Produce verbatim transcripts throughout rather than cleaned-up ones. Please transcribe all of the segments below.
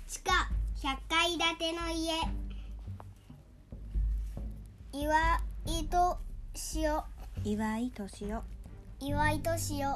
地下ひゃっかい建ての家。岩井と塩。 岩井と塩。 岩井と塩。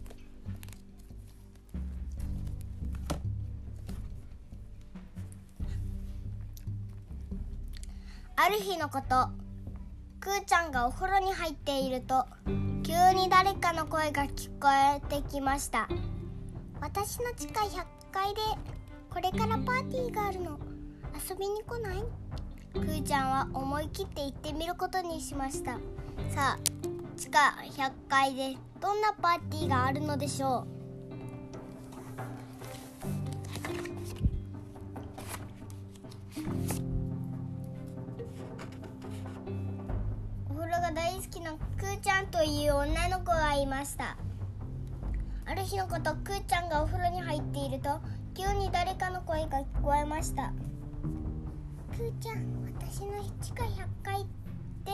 ある日のこと、くーちゃんがお風呂に入っていると、急に誰かの声が聞こえてきました。私の地下ひゃっかいでこれからパーティーがあるの。遊びに来ない？くーちゃんは思い切って行ってみることにしました。さあ、地下ひゃっかいでどんなパーティーがあるのでしょう。お風呂が大好きなくーちゃんという女の子がいました。ある日のこと、くーちゃんがお風呂に入っていると、急に誰かの声が聞こえました。くーちゃん、私の地下ひゃっかいで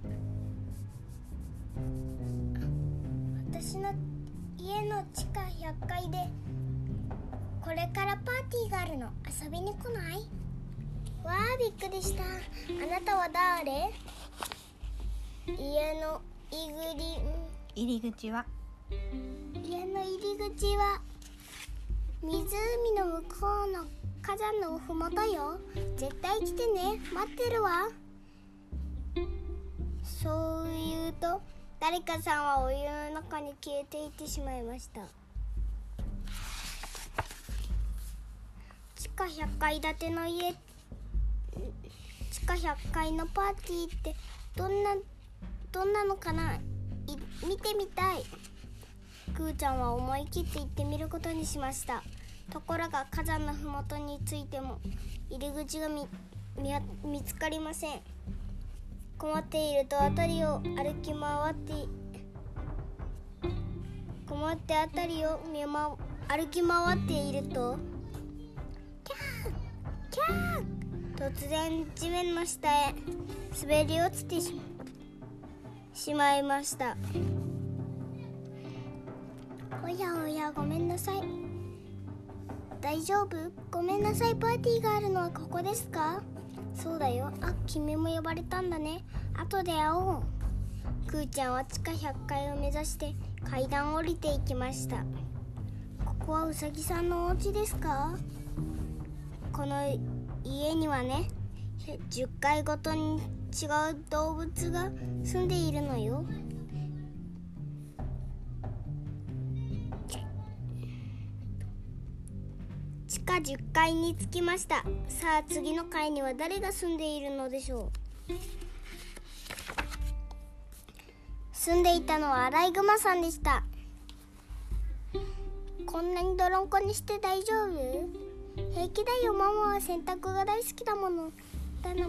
私の家の地下ひゃっかいでこれからパーティーがあるの。遊びに来ない？わあ、びっくりした。あなたは誰？家の入り入り口は家の入り口は湖の向こうの火山のふもとよ。絶対来てね。待ってるわ。そう言うと、誰かさんはお湯の中に消えていってしまいました。地下ひゃっかい建ての家、地下ひゃっかいのパーティーってどんなどんなのかな。見てみたい。くーちゃんは思い切って行ってみることにしました。ところが火山のふもとについても入り口が 見, 見, 見つかりません。困っていると辺りを歩き回って困って辺りを見、ま、歩き回っていると、キャーキャー、突然地面の下へ滑り落ちて し, しまいました。おやおや、ごめんなさい。大丈夫？ごめんなさい。パーティーがあるのはここですか？そうだよ。あ、君も呼ばれたんだね。後で会おう。くーちゃんは地下ひゃっかいを目指して階段を降りていきました。ここはうさぎさんのお家ですか？この家にはね、じゅっかいごとに違う動物が住んでいるのよ。地下じゅっかいに着きました。さあ、次の階には誰が住んでいるのでしょう。住んでいたのはアライグマさんでした。こんなに泥んこにして大丈夫？平気だよ。ママは洗濯が大好きだもの。だな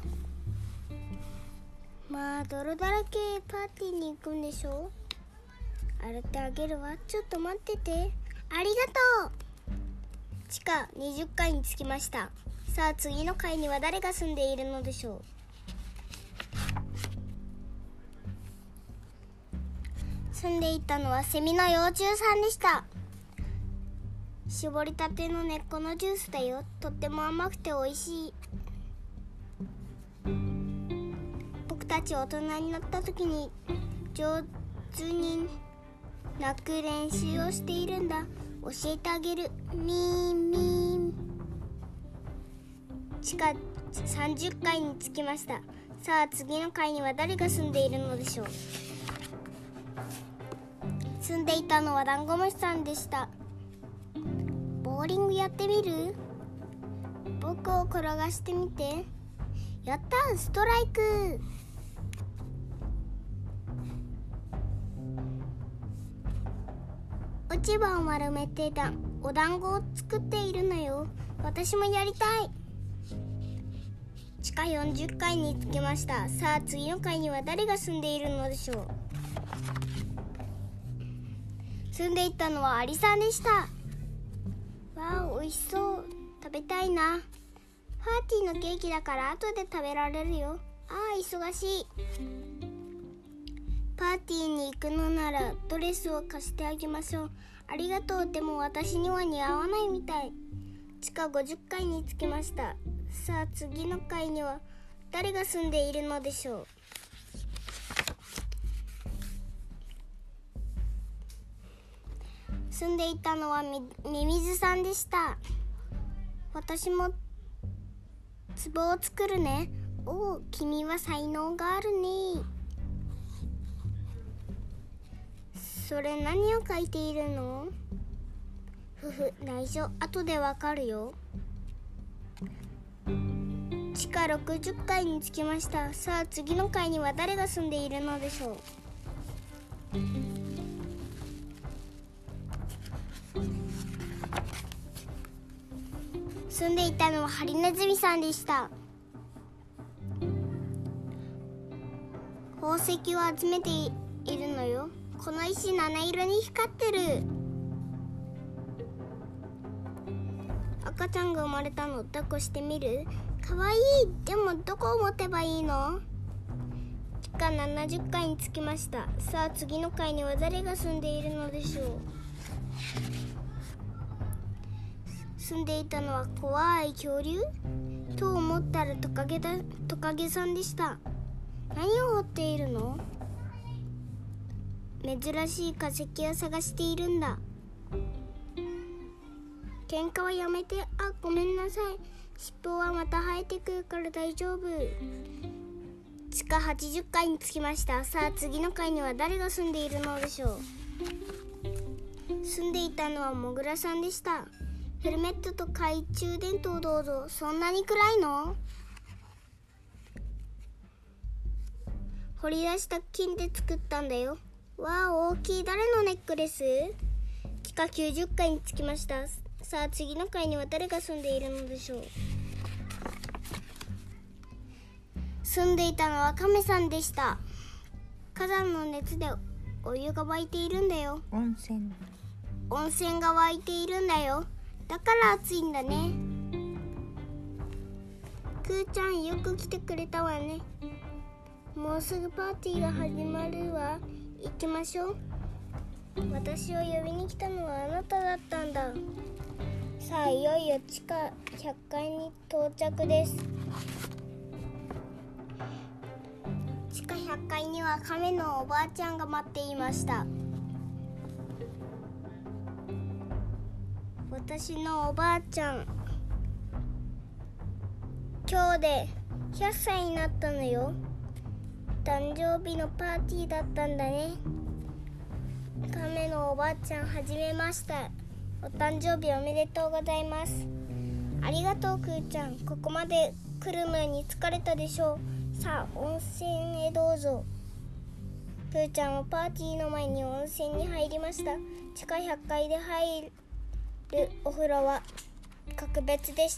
まあ、泥だらけパーティーに行くんでしょう。洗ってあげるわ。ちょっと待ってて。ありがとう。地下にじゅっかいに着きました。さあ、次の階には誰が住んでいるのでしょう。住んでいたのはセミの幼虫さんでした。絞りたての根っこのジュースだよ。とっても甘くておいしい。僕たち大人になった時に上手に鳴く練習をしているんだ。教えてあげる。ミーンミーン。地下さんじゅっかいに着きました。さあ、次の階には誰が住んでいるのでしょう。住んでいたのはダンゴムシさんでした。ボーリングやってみる？僕を転がしてみて。やったー、ストライク。落ち葉を丸めてだお団子を作っているのよ。私もやりたい。地下よんじゅっかいに着きました。さあ、次の階には誰が住んでいるのでしょう。住んでいたのはアリさんでした。わあ、おいしそう。食べたいな。パーティーのケーキだから後で食べられるよ。ああ、忙しい。パーティーに行くのならドレスを貸してあげましょう。ありがとう。でも私には似合わないみたい。 地下ごじゅっかいに着きました。さあ次の階には誰が住んでいるのでしょう。住んでいたのはみミミズさんでした。私も壺を作るね。おお、君は才能があるね。それ何を書いているの？ふふ、内緒、後でわかるよ。地下ろくじゅっかいに着きました。さあ次の階には誰が住んでいるのでしょう。住んでいたのはハリネズミさんでした。宝石を集めているのよ。この石七色に光ってる。赤ちゃんが生まれたのを抱っこしてみる？かわいい。でもどこを持てばいいの？地下ななじゅっかいに着きました。さあ次の階には誰が住んでいるのでしょう。住んでいたのは怖い恐竜と思ったらトカゲだ、トカゲさんでした。何を掘っているの？珍しい化石を探しているんだ。喧嘩はやめて。あ、ごめんなさい。尻尾はまた生えてくるから大丈夫。地下はちじゅっかいに着きました。さあ次の階には誰が住んでいるのでしょう。住んでいたのはモグラさんでした。ヘルメットと懐中電灯をどうぞ。そんなに暗いの？掘り出した金で作ったんだよ。わあ、大きい。誰のネックレス？地下きゅうじゅっかいに着きました。さあ次の階には誰が住んでいるのでしょう。住んでいたのはカメさんでした。火山の熱でお湯が沸いているんだよ。 温泉温泉が沸いているんだよ。だから暑いんだね。くーちゃん、よく来てくれたわね。もうすぐパーティーが始まるわ。行きましょう。私を呼びに来たのはあなただったんだ。さあいよいよ地下ひゃっかいに到着です。地下ひゃっかいには亀のおばあちゃんが待っていました。私のおばあちゃん、今日でひゃっさいになったのよ。誕生日のパーティーだったんだね。亀のおばあちゃん、はじめまして。お誕生日おめでとうございます。ありがとう、くーちゃん。ここまで来るのに疲れたでしょう。さあ温泉へどうぞ。くーちゃんはパーティーの前に温泉に入りました。地下ひゃっかいで入るお風呂は格別でした。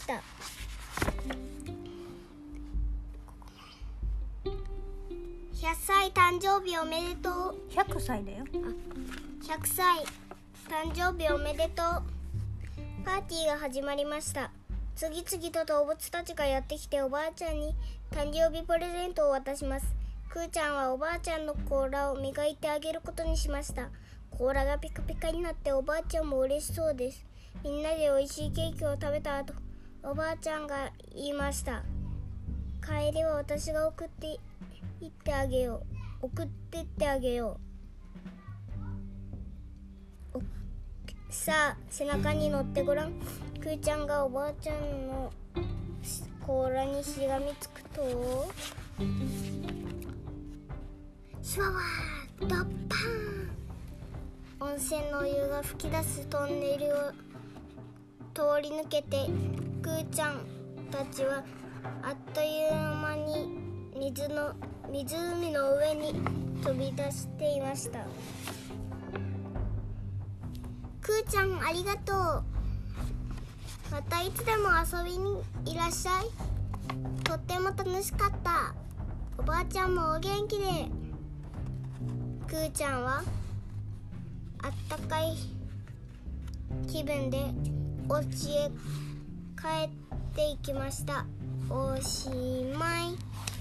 ひゃっさい誕生日おめでとう。 ひゃくさいだよ。 あ、ひゃくさい誕生日おめでとう。パーティーが始まりました。次々と動物たちがやってきておばあちゃんに誕生日プレゼントを渡します。くーちゃんはおばあちゃんの甲羅を磨いてあげることにしました。甲羅がピカピカになっておばあちゃんも嬉しそうです。みんなでおいしいケーキを食べた後、おばあちゃんが言いました。帰りは私が送って行ってあげよう。送ってってあげよう。さあ背中に乗ってごらん。くーちゃんがおばあちゃんの甲羅にしがみつくと、シュワワードッパーン。温泉のお湯が噴き出すトンネルを通り抜けて、くーちゃんたちはあっという間に水の湖の上に飛び出していました。くーちゃん、ありがとう。またいつでも遊びにいらっしゃい。とっても楽しかった。おばあちゃんもお元気で。くーちゃんはあったかい気分でお家へ帰っていきました。おしまい。